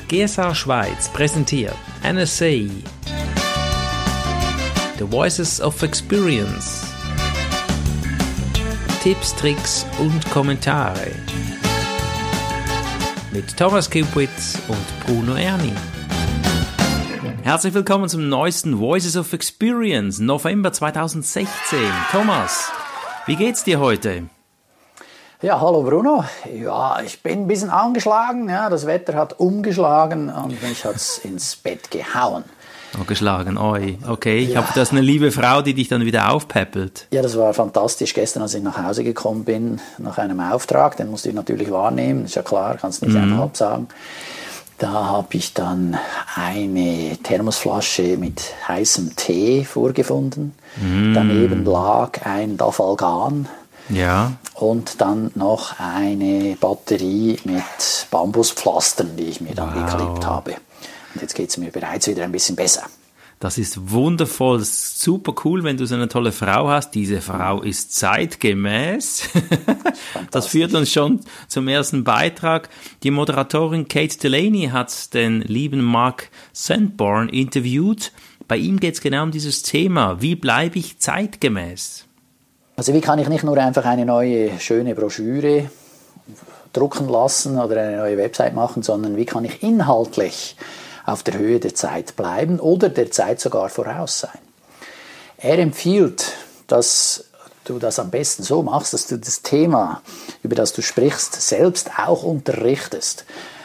GSA Schweiz präsentiert NSA The Voices of Experience. Tipps, Tricks und Kommentare mit Thomas Kupwitz und Bruno Erni. Herzlich willkommen zum neuesten Voices of Experience, November 2016. Thomas, wie geht's dir heute? Ja, hallo Bruno. Ja, ich bin ein bisschen angeschlagen. Ja, das Wetter hat umgeschlagen und mich hat's ins Bett gehauen. Oh, geschlagen, oi. Okay, ich habe das eine liebe Frau, die dich dann wieder aufpäppelt. Ja, das war fantastisch. Gestern, als ich nach Hause gekommen bin, nach einem Auftrag, den musste ich natürlich wahrnehmen, ist ja klar, kannst nicht einfach absagen. Da habe ich dann eine Thermosflasche mit heißem Tee vorgefunden. Daneben lag ein Dafalgan. Ja. Und dann noch eine Batterie mit Bambuspflastern, die ich mir dann geklebt habe. Und jetzt geht es mir bereits wieder ein bisschen besser. Das ist wundervoll, das ist super cool, wenn du so eine tolle Frau hast. Diese Frau ist zeitgemäß. Das führt uns schon zum ersten Beitrag. Die Moderatorin Kate Delaney hat den lieben Mark Sanborn interviewt. Bei ihm geht es genau um dieses Thema. Wie bleibe ich zeitgemäß? Also wie kann ich nicht nur einfach eine neue, schöne Broschüre drucken lassen oder eine neue Website machen, sondern wie kann ich inhaltlich auf der Höhe der Zeit bleiben oder der Zeit sogar voraus sein. Er empfiehlt, dass du das am besten so machst, dass du das Thema, über das du sprichst, selbst auch unterrichtest.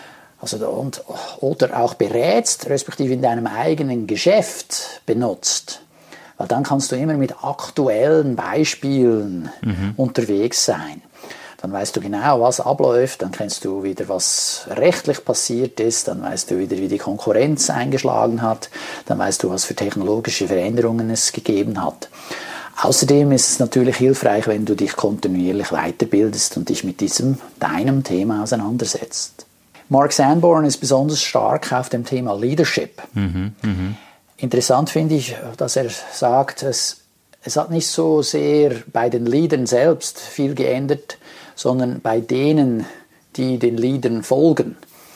Oder auch berätst, respektive in deinem eigenen Geschäft benutzt. Weil dann kannst du immer mit aktuellen Beispielen unterwegs sein. Dann weißt du genau, was abläuft, dann kennst du wieder, was rechtlich passiert ist, dann weißt du wieder, wie die Konkurrenz eingeschlagen hat, dann weißt du, was für technologische Veränderungen es gegeben hat. Außerdem ist es natürlich hilfreich, wenn du dich kontinuierlich weiterbildest und dich mit deinem Thema auseinandersetzt. Mark Sanborn ist besonders stark auf dem Thema Leadership. Interessant finde ich, dass er sagt, es hat nicht so sehr bei den Leadern selbst viel geändert, sondern bei denen, die den Leadern folgen.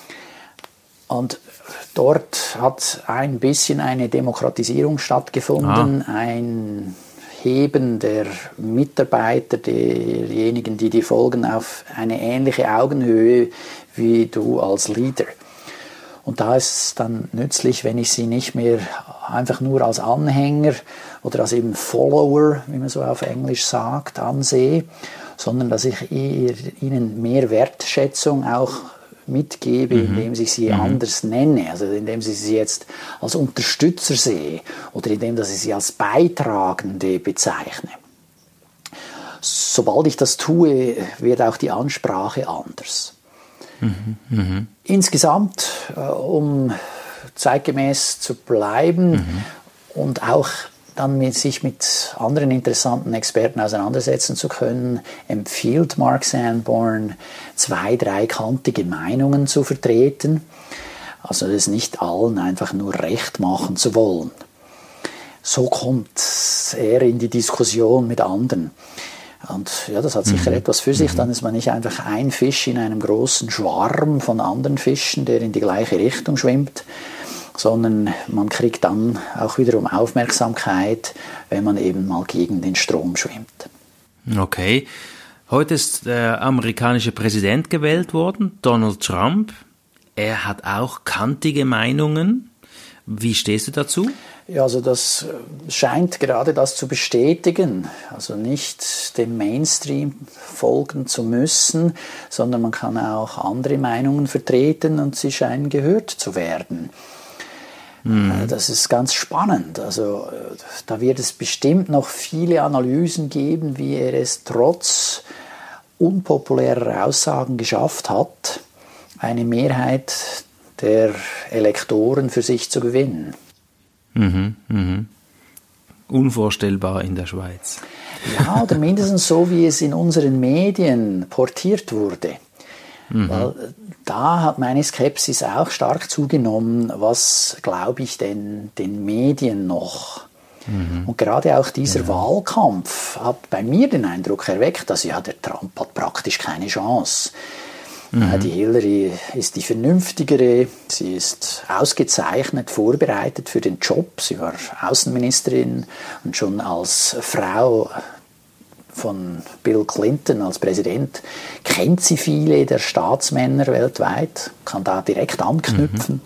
Und dort hat ein bisschen eine Demokratisierung stattgefunden, ein Heben der Mitarbeiter, derjenigen, die folgen, auf eine ähnliche Augenhöhe wie du als Leader. Und da ist es dann nützlich, wenn ich sie nicht mehr einfach nur als Anhänger oder als eben Follower, wie man so auf Englisch sagt, ansehe, sondern dass ich ihnen mehr Wertschätzung auch mitgebe, indem ich sie anders nenne, also indem ich sie jetzt als Unterstützer sehe oder indem ich sie als Beitragende bezeichne. Sobald ich das tue, wird auch die Ansprache anders. Insgesamt, um zeitgemäß zu bleiben und auch dann sich mit anderen interessanten Experten auseinandersetzen zu können, empfiehlt Mark Sanborn 2, 3 kantige Meinungen zu vertreten. Also es nicht allen einfach nur recht machen zu wollen. So kommt er in die Diskussion mit anderen. Und ja, das hat sicher etwas für sich. Dann ist man nicht einfach ein Fisch in einem großen Schwarm von anderen Fischen, der in die gleiche Richtung schwimmt, sondern man kriegt dann auch wiederum Aufmerksamkeit, wenn man eben mal gegen den Strom schwimmt. Okay. Heute ist der amerikanische Präsident gewählt worden, Donald Trump. Er hat auch kantige Meinungen. Wie stehst du dazu? Ja, also das scheint gerade das zu bestätigen. Also nicht dem Mainstream folgen zu müssen, sondern man kann auch andere Meinungen vertreten und sie scheinen gehört zu werden. Das ist ganz spannend. Also da wird es bestimmt noch viele Analysen geben, wie er es trotz unpopulärer Aussagen geschafft hat, eine Mehrheit der Elektoren für sich zu gewinnen. Unvorstellbar in der Schweiz. Ja, oder mindestens so, wie es in unseren Medien portiert wurde. Weil da hat meine Skepsis auch stark zugenommen, was glaube ich denn den Medien noch? Und gerade auch dieser Wahlkampf hat bei mir den Eindruck erweckt, dass ja der Trump hat praktisch keine Chance. Die Hillary ist die vernünftigere, sie ist ausgezeichnet vorbereitet für den Job, sie war Außenministerin und schon als Frau von Bill Clinton als Präsident kennt sie viele der Staatsmänner weltweit, kann da direkt anknüpfen.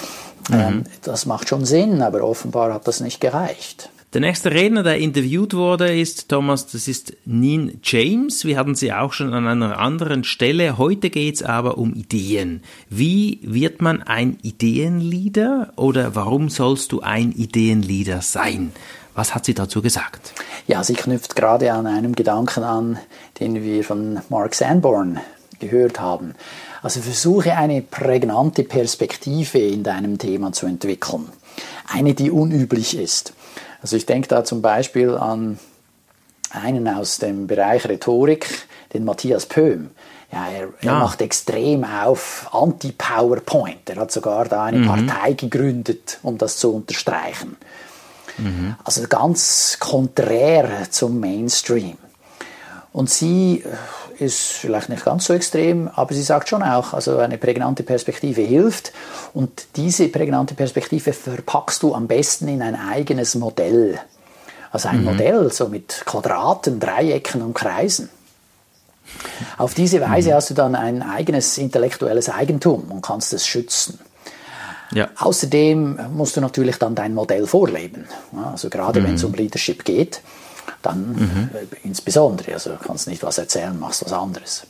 Das macht schon Sinn, aber offenbar hat das nicht gereicht. Der nächste Redner, der interviewt wurde, ist, Thomas, das ist Neen James. Wir hatten sie auch schon an einer anderen Stelle. Heute geht's aber um Ideen. Wie wird man ein Ideenleader oder warum sollst du ein Ideenleader sein? Was hat sie dazu gesagt? Ja, sie knüpft gerade an einem Gedanken an, den wir von Mark Sanborn gehört haben. Also versuche eine prägnante Perspektive in deinem Thema zu entwickeln. Eine, die unüblich ist. Also ich denke da zum Beispiel an einen aus dem Bereich Rhetorik, den Matthias Pöhm. Ja, er macht extrem auf Anti-PowerPoint. Er hat sogar da eine Partei gegründet, um das zu unterstreichen. Also ganz konträr zum Mainstream. Und sie ist vielleicht nicht ganz so extrem, aber sie sagt schon auch, also eine prägnante Perspektive hilft. Und diese prägnante Perspektive verpackst du am besten in ein eigenes Modell. Also ein Modell so mit Quadraten, Dreiecken und Kreisen. Auf diese Weise hast du dann ein eigenes intellektuelles Eigentum und kannst es schützen. Ja. Außerdem musst du natürlich dann dein Modell vorleben. Also gerade wenn es um Leadership geht, dann insbesondere. Also du kannst nicht was erzählen, machst was anderes.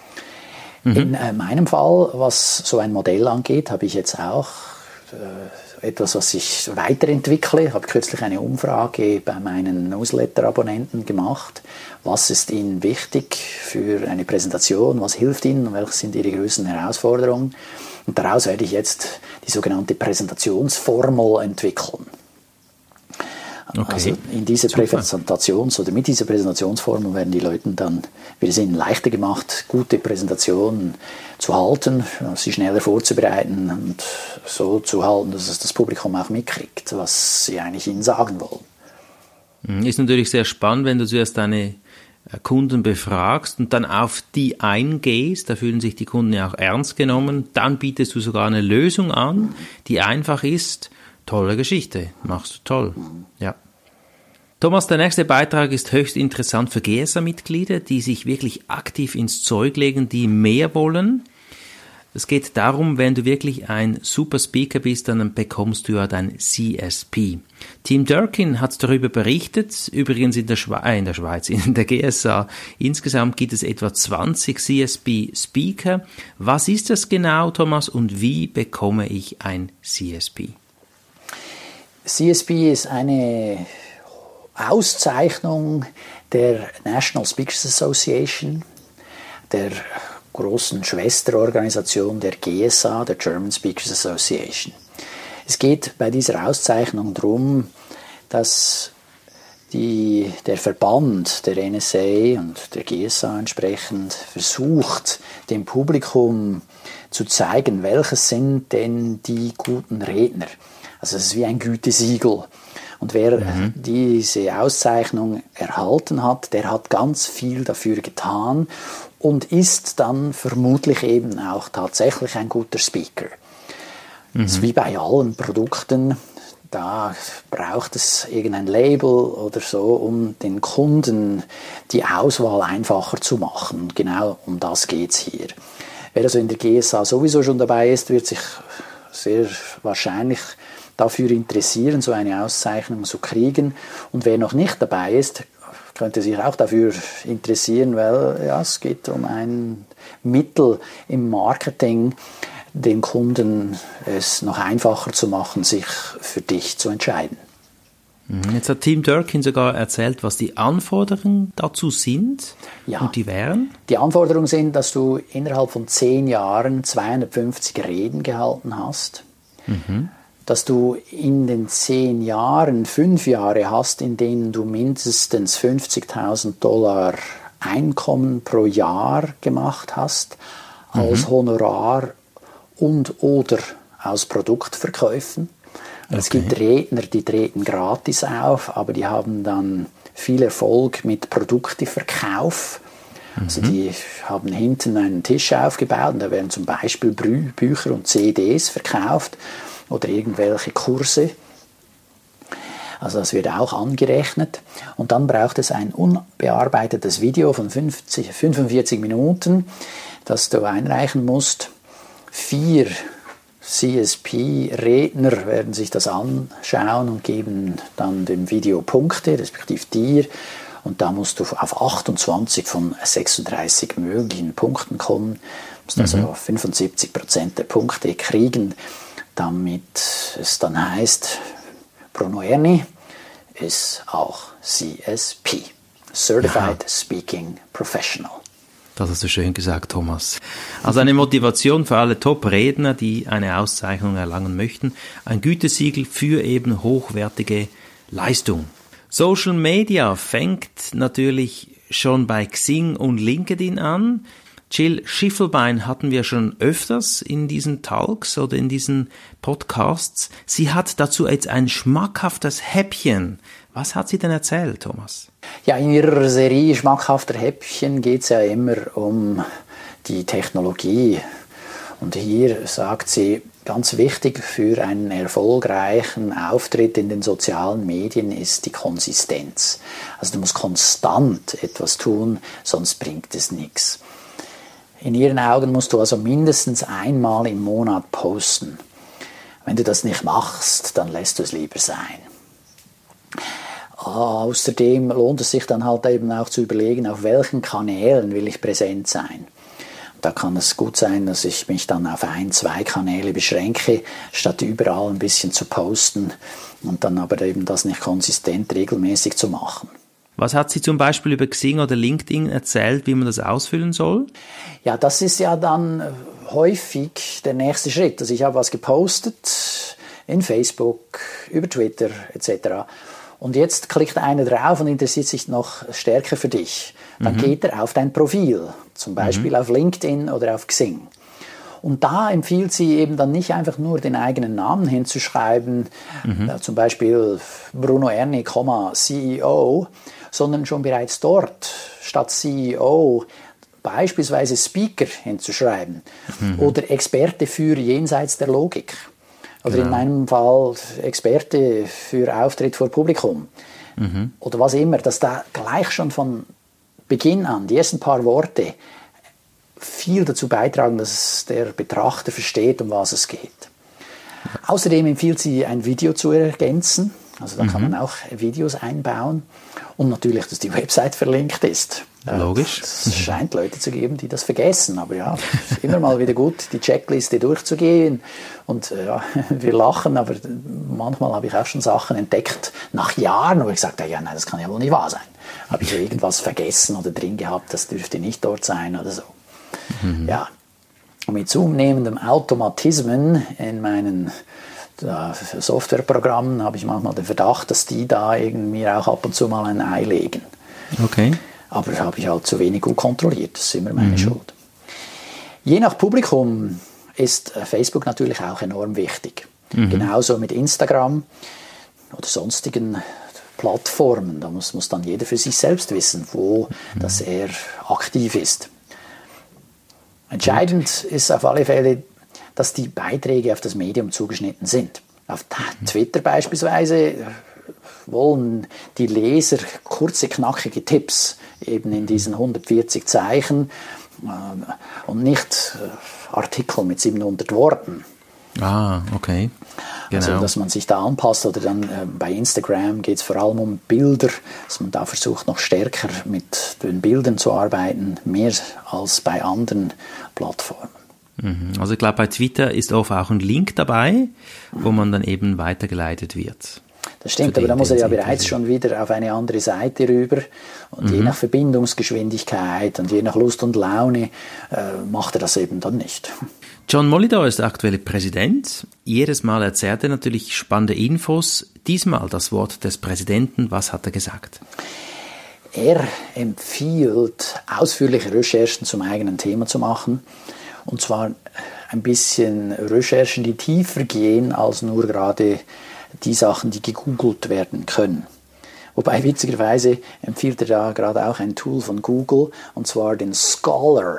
In meinem Fall, was so ein Modell angeht, habe ich jetzt auch etwas, was ich weiterentwickle. Ich habe kürzlich eine Umfrage bei meinen Newsletter-Abonnenten gemacht. Was ist ihnen wichtig für eine Präsentation? Was hilft ihnen? Und welche sind ihre größten Herausforderungen? Und daraus werde ich jetzt die sogenannte Präsentationsformel entwickeln. Okay. Also in dieser mit dieser Präsentationsformel werden die Leuten dann, wird es ihnen leichter gemacht, gute Präsentationen zu halten, sie schneller vorzubereiten und so zu halten, dass es das Publikum auch mitkriegt, was sie eigentlich ihnen sagen wollen. Ist natürlich sehr spannend, wenn du zuerst deine Kunden befragst und dann auf die eingehst, da fühlen sich die Kunden ja auch ernst genommen, dann bietest du sogar eine Lösung an, die einfach ist. Tolle Geschichte, machst du toll. Ja. Thomas, der nächste Beitrag ist höchst interessant für GSA-Mitglieder, die sich wirklich aktiv ins Zeug legen, die mehr wollen. Es geht darum, wenn du wirklich ein super Speaker bist, dann bekommst du ja dein CSP. Tim Durkin hat darüber berichtet, übrigens in der Schweiz, in der GSA. Insgesamt gibt es etwa 20 CSP-Speaker. Was ist das genau, Thomas, und wie bekomme ich ein CSP? CSP ist eine Auszeichnung der National Speakers Association, der großen Schwesterorganisation der GSA, der German Speakers Association. Es geht bei dieser Auszeichnung darum, dass der Verband der NSA und der GSA entsprechend versucht, dem Publikum zu zeigen, welches sind denn die guten Redner. Also es ist wie ein Gütesiegel. Und wer diese Auszeichnung erhalten hat, der hat ganz viel dafür getan und ist dann vermutlich eben auch tatsächlich ein guter Speaker. Das ist wie bei allen Produkten, da braucht es irgendein Label oder so, um den Kunden die Auswahl einfacher zu machen. Genau um das geht es hier. Wer also in der GSA sowieso schon dabei ist, wird sich sehr wahrscheinlich dafür interessieren, so eine Auszeichnung zu kriegen. Und wer noch nicht dabei ist, könnte sich auch dafür interessieren, weil ja, es geht um ein Mittel im Marketing, den Kunden es noch einfacher zu machen, sich für dich zu entscheiden. Jetzt hat Tim Durkin sogar erzählt, was die Anforderungen dazu sind. Ja, und die wären? Die Anforderungen sind, dass du innerhalb von 10 Jahren 250 Reden gehalten hast. Dass du in den 10 Jahren 5 Jahre hast, in denen du mindestens $50.000 Einkommen pro Jahr gemacht hast, als Honorar und oder aus Produktverkäufen. Okay. Es gibt Redner, die treten gratis auf, aber die haben dann viel Erfolg mit Produkteverkauf. Also die haben hinten einen Tisch aufgebaut und da werden zum Beispiel Bücher und CDs verkauft oder irgendwelche Kurse. Also das wird auch angerechnet. Und dann braucht es ein unbearbeitetes Video von 45 Minuten, das du einreichen musst. 4 CSP-Redner werden sich das anschauen und geben dann dem Video Punkte, respektive dir. Und da musst du auf 28 von 36 möglichen Punkten kommen. Du musst also 75% der Punkte kriegen, damit es dann heißt, Bruno Erni ist auch CSP, Certified Speaking Professional. Das hast du schön gesagt, Thomas. Also eine Motivation für alle Top-Redner, die eine Auszeichnung erlangen möchten. Ein Gütesiegel für eben hochwertige Leistung. Social Media fängt natürlich schon bei Xing und LinkedIn an. Jill Schiffelbein hatten wir schon öfters in diesen Talks oder in diesen Podcasts. Sie hat dazu jetzt ein schmackhaftes Häppchen. Was hat sie denn erzählt, Thomas? Ja, in ihrer Serie schmackhafter Häppchen geht es ja immer um die Technologie. Und hier sagt sie, ganz wichtig für einen erfolgreichen Auftritt in den sozialen Medien ist die Konsistenz. Also du musst konstant etwas tun, sonst bringt es nichts. In ihren Augen musst du also mindestens einmal im Monat posten. Wenn du das nicht machst, dann lässt du es lieber sein. Außerdem lohnt es sich dann halt eben auch zu überlegen, auf welchen Kanälen will ich präsent sein. Da kann es gut sein, dass ich mich dann auf 1-2 Kanäle beschränke, statt überall ein bisschen zu posten und dann aber eben das nicht konsistent regelmäßig zu machen. Was hat sie zum Beispiel über Xing oder LinkedIn erzählt, wie man das ausfüllen soll? Ja, das ist ja dann häufig der nächste Schritt. Also ich habe was gepostet in Facebook, über Twitter etc. Und jetzt klickt einer drauf und interessiert sich noch stärker für dich. Dann geht er auf dein Profil, zum Beispiel auf LinkedIn oder auf Xing. Und da empfiehlt sie eben dann nicht einfach nur den eigenen Namen hinzuschreiben, zum Beispiel Bruno Erni, CEO, sondern schon bereits dort statt CEO beispielsweise Speaker hinzuschreiben oder Experte für jenseits der Logik. Oder in meinem Fall Experte für Auftritt vor Publikum. Oder was immer, dass da gleich schon von Beginn an, die ersten paar Worte, viel dazu beitragen, dass der Betrachter versteht, um was es geht. Außerdem empfiehlt sie, ein Video zu ergänzen. Also da kann man auch Videos einbauen. Und natürlich, dass die Website verlinkt ist. Logisch. Es scheint Leute zu geben, die das vergessen. Aber ja, es ist immer mal wieder gut, die Checkliste durchzugehen. Und ja, wir lachen, aber manchmal habe ich auch schon Sachen entdeckt, nach Jahren, wo ich gesagt habe, ja, nein, das kann ja wohl nicht wahr sein. Habe ich irgendwas vergessen oder drin gehabt, das dürfte nicht dort sein oder so. Ja, und mit zunehmendem Automatismen in meinen Softwareprogrammen habe ich manchmal den Verdacht, dass die da mir auch ab und zu mal ein Ei legen. Okay. Aber habe ich halt zu wenig gut kontrolliert, das ist immer meine Schuld. Je nach Publikum ist Facebook natürlich auch enorm wichtig. Genauso mit Instagram oder sonstigen Plattformen. Da muss dann jeder für sich selbst wissen, wo dass er aktiv ist. Entscheidend ist auf alle Fälle, dass die Beiträge auf das Medium zugeschnitten sind. Auf Twitter beispielsweise wollen die Leser kurze, knackige Tipps, eben in diesen 140 Zeichen und nicht Artikel mit 700 Worten. Ah, okay. Genau. Also, dass man sich da anpasst. Oder dann bei Instagram geht es vor allem um Bilder, dass man da versucht, noch stärker mit den Bildern zu arbeiten, mehr als bei anderen Plattformen. Also ich glaube, bei Twitter ist oft auch ein Link dabei, wo man dann eben weitergeleitet wird. Das stimmt, aber da muss er ja bereits schon wieder auf eine andere Seite rüber. Und je nach Verbindungsgeschwindigkeit und je nach Lust und Laune macht er das eben dann nicht. John Molidor ist der aktuelle Präsident. Jedes Mal erzählt er natürlich spannende Infos. Diesmal das Wort des Präsidenten. Was hat er gesagt? Er empfiehlt, ausführliche Recherchen zum eigenen Thema zu machen. Und zwar ein bisschen Recherchen, die tiefer gehen als nur gerade die Sachen, die gegoogelt werden können. Wobei witzigerweise empfiehlt er da gerade auch ein Tool von Google, und zwar den Scholar,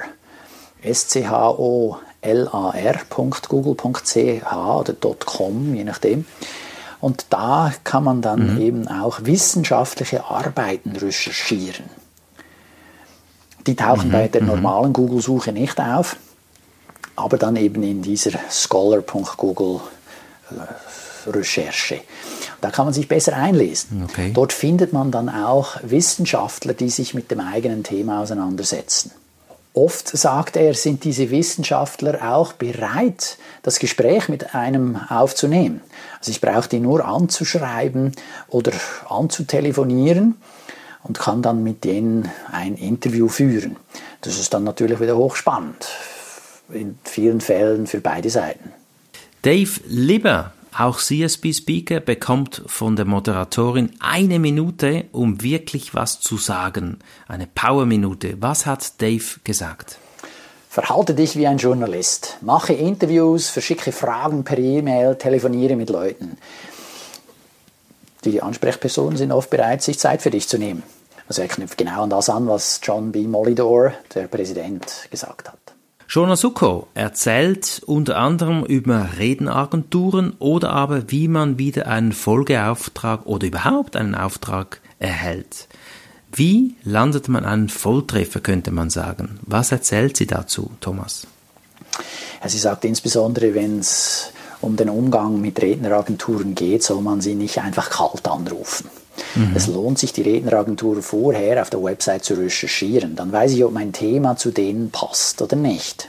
scholar.google.ch oder .com, je nachdem. Und da kann man dann eben auch wissenschaftliche Arbeiten recherchieren. Die tauchen bei der normalen Google-Suche nicht auf, aber dann eben in dieser scholar.google Recherche. Da kann man sich besser einlesen. Okay. Dort findet man dann auch Wissenschaftler, die sich mit dem eigenen Thema auseinandersetzen. Oft, sagt er, sind diese Wissenschaftler auch bereit, das Gespräch mit einem aufzunehmen. Also ich brauche die nur anzuschreiben oder anzutelefonieren und kann dann mit denen ein Interview führen. Das ist dann natürlich wieder hochspannend. In vielen Fällen für beide Seiten. Dave Lieber, auch CSP-Speaker, bekommt von der Moderatorin 1 Minute, um wirklich was zu sagen. Eine Power-Minute. Was hat Dave gesagt? Verhalte dich wie ein Journalist. Mache Interviews, verschicke Fragen per E-Mail, telefoniere mit Leuten. Die Ansprechpersonen sind oft bereit, sich Zeit für dich zu nehmen. Also er knüpft genau an das an, was John B. Molidor, der Präsident, gesagt hat. Shona Suko erzählt unter anderem über Redenagenturen oder aber wie man wieder einen Folgeauftrag oder überhaupt einen Auftrag erhält. Wie landet man einen Volltreffer, könnte man sagen. Was erzählt sie dazu, Thomas? Ja, sie sagt insbesondere, wenn es um den Umgang mit Redneragenturen geht, soll man sie nicht einfach kalt anrufen. Es lohnt sich, die Redneragentur vorher auf der Website zu recherchieren. Dann weiß ich, ob mein Thema zu denen passt oder nicht.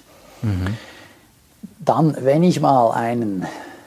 Dann, wenn ich mal einen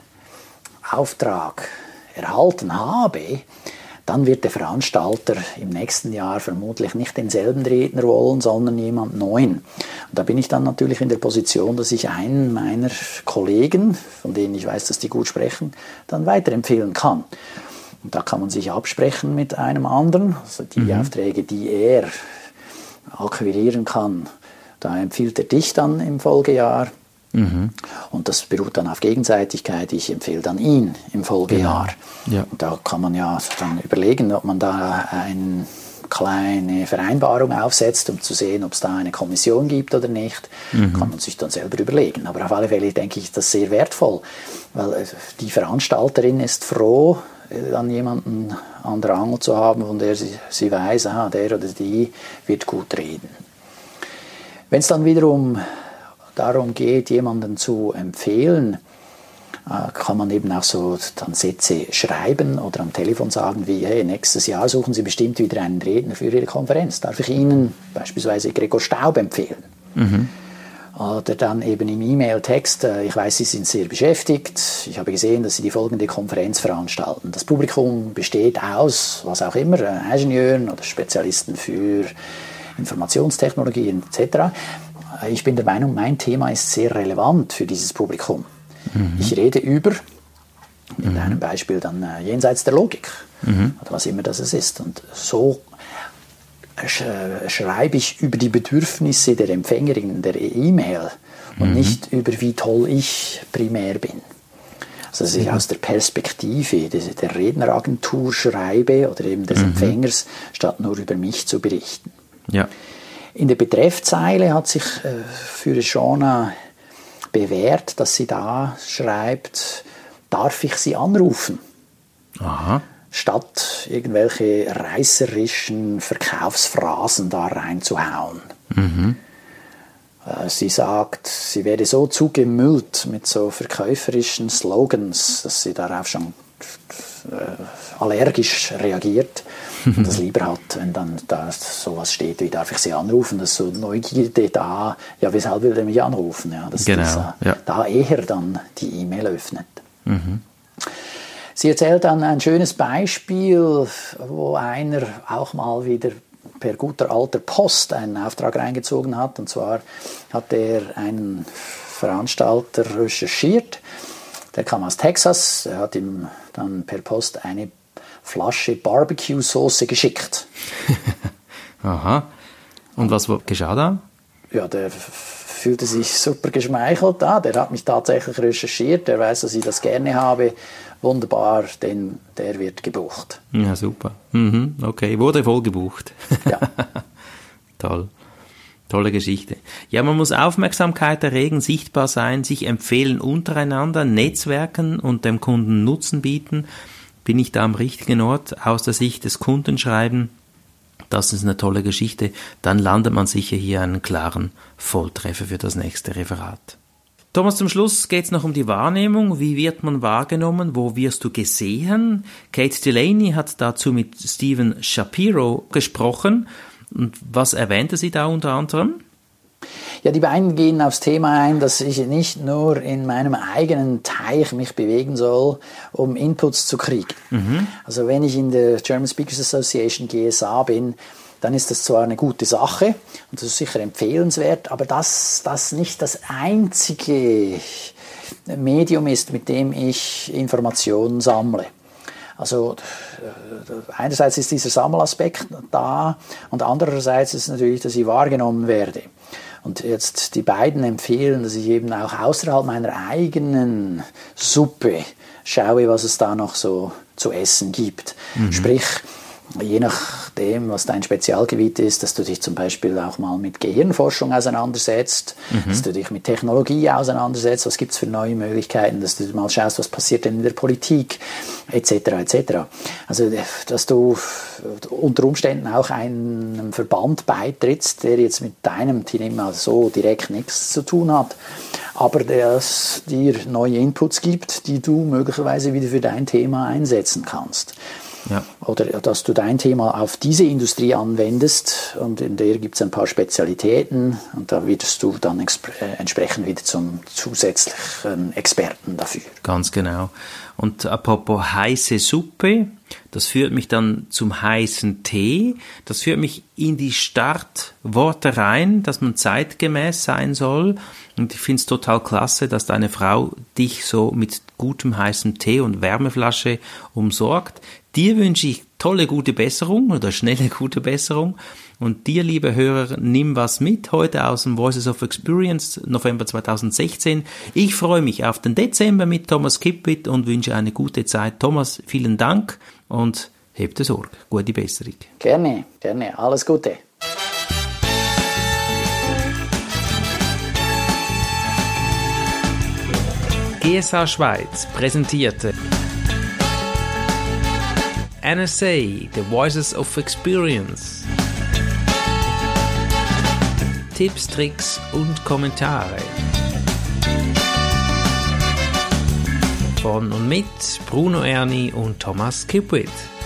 Auftrag erhalten habe, dann wird der Veranstalter im nächsten Jahr vermutlich nicht denselben Redner wollen, sondern jemand Neuen. Und da bin ich dann natürlich in der Position, dass ich einen meiner Kollegen, von denen ich weiß, dass die gut sprechen, dann weiterempfehlen kann. Und da kann man sich absprechen mit einem anderen, also die Aufträge, die er akquirieren kann, da empfiehlt er dich dann im Folgejahr. Und das beruht dann auf Gegenseitigkeit, ich empfehle dann ihn im Folgejahr. Ja. Und da kann man ja dann überlegen, ob man da eine kleine Vereinbarung aufsetzt, um zu sehen, ob es da eine Kommission gibt oder nicht. Kann man sich dann selber überlegen. Aber auf alle Fälle denke ich, das ist sehr wertvoll, weil die Veranstalterin ist froh, dann jemanden an der Angel zu haben, von der sie weiß, der oder die wird gut reden. Wenn es dann wiederum darum geht, jemanden zu empfehlen, kann man eben auch so dann Sätze schreiben oder am Telefon sagen wie, hey, nächstes Jahr suchen Sie bestimmt wieder einen Redner für Ihre Konferenz. Darf ich Ihnen beispielsweise Gregor Staub empfehlen? Oder dann eben im E-Mail-Text, ich weiß, Sie sind sehr beschäftigt, ich habe gesehen, dass Sie die folgende Konferenz veranstalten. Das Publikum besteht aus, was auch immer, Ingenieuren oder Spezialisten für Informationstechnologien etc. Ich bin der Meinung, mein Thema ist sehr relevant für dieses Publikum. Ich rede über, in einem Beispiel dann jenseits der Logik, oder was immer das ist. Und so schreibe ich über die Bedürfnisse der Empfängerin der E-Mail und nicht über wie toll ich primär bin. Also dass ich aus der Perspektive der Redneragentur schreibe oder eben des Empfängers, statt nur über mich zu berichten. Ja. In der Betreffzeile hat sich für Shona bewährt, dass sie da schreibt, darf ich Sie anrufen? Aha. Statt irgendwelche reißerischen Verkaufsphrasen da reinzuhauen. Sie sagt, sie werde so zugemüllt mit so verkäuferischen Slogans, dass sie darauf schon allergisch reagiert und das lieber hat, wenn dann da sowas steht, wie darf ich Sie anrufen, dass so Neugierde da, ja, weshalb will er mich anrufen, ja, dass genau, da eher dann die E-Mail öffnet. Sie erzählt dann ein schönes Beispiel, wo einer auch mal wieder per guter alter Post einen Auftrag reingezogen hat, und zwar hat er einen Veranstalter recherchiert, der kam aus Texas, er hat ihm dann per Post eine Flasche Barbecue-Soße geschickt. Aha. Und was geschah da? Ja, der fühlte sich super geschmeichelt da. Der hat mich tatsächlich recherchiert, der weiß, dass ich das gerne habe wunderbar, denn der wird gebucht. Ja, super. Mhm, okay, wurde voll gebucht. Ja. Toll. Tolle Geschichte. Ja, man muss Aufmerksamkeit erregen, sichtbar sein, sich empfehlen untereinander, netzwerken und dem Kunden Nutzen bieten. Bin ich da am richtigen Ort? Aus der Sicht des Kunden schreiben. Das ist eine tolle Geschichte. Dann landet man sicher hier einen klaren Volltreffer für das nächste Referat. Thomas, zum Schluss geht es noch um die Wahrnehmung. Wie wird man wahrgenommen? Wo wirst du gesehen? Kate Delaney hat dazu mit Steven Shapiro gesprochen. Und was erwähnte sie da unter anderem? Ja, die beiden gehen aufs Thema ein, dass ich nicht nur in meinem eigenen Teich mich bewegen soll, um Inputs zu kriegen. Mhm. Also wenn ich in der German Speakers Association GSA bin, dann ist das zwar eine gute Sache und das ist sicher empfehlenswert, aber das nicht das einzige Medium ist, mit dem ich Informationen sammle. Also einerseits ist dieser Sammelaspekt da und andererseits ist natürlich, dass ich wahrgenommen werde. Und jetzt die beiden empfehlen, dass ich eben auch außerhalb meiner eigenen Suppe schaue, was es da noch so zu essen gibt. Mhm. Sprich, je nachdem, was dein Spezialgebiet ist, dass du dich zum Beispiel auch mal mit Gehirnforschung auseinandersetzt, dass du dich mit Technologie auseinandersetzt, was gibt es für neue Möglichkeiten, dass du mal schaust, was passiert denn in der Politik, etc. etc. Also, dass du unter Umständen auch einem Verband beitrittst, der jetzt mit deinem Thema so direkt nichts zu tun hat, aber der dir neue Inputs gibt, die du möglicherweise wieder für dein Thema einsetzen kannst. Ja. Oder dass du dein Thema auf diese Industrie anwendest und in der gibt es ein paar Spezialitäten und da wirst du dann entsprechend wieder zum zusätzlichen Experten dafür. Ganz genau. Und apropos heiße Suppe, das führt mich dann zum heißen Tee, das führt mich in die Startworte rein, dass man zeitgemäß sein soll. Und ich finde es total klasse, dass deine Frau dich so mit gutem heißem Tee und Wärmeflasche umsorgt. Dir wünsche ich tolle, gute Besserung oder schnelle, gute Besserung. Und dir, liebe Hörer, nimm was mit heute aus dem Voices of Experience, November 2016. Ich freue mich auf den Dezember mit Thomas Kipwith und wünsche eine gute Zeit. Thomas, vielen Dank und hebt Sorge. Gute Besserung. Gerne, gerne. Alles Gute. GSA Schweiz präsentierte NSA, The Voices of Experience. Tipps, Tricks und Kommentare. Von und mit Bruno Erni und Thomas Kipwith.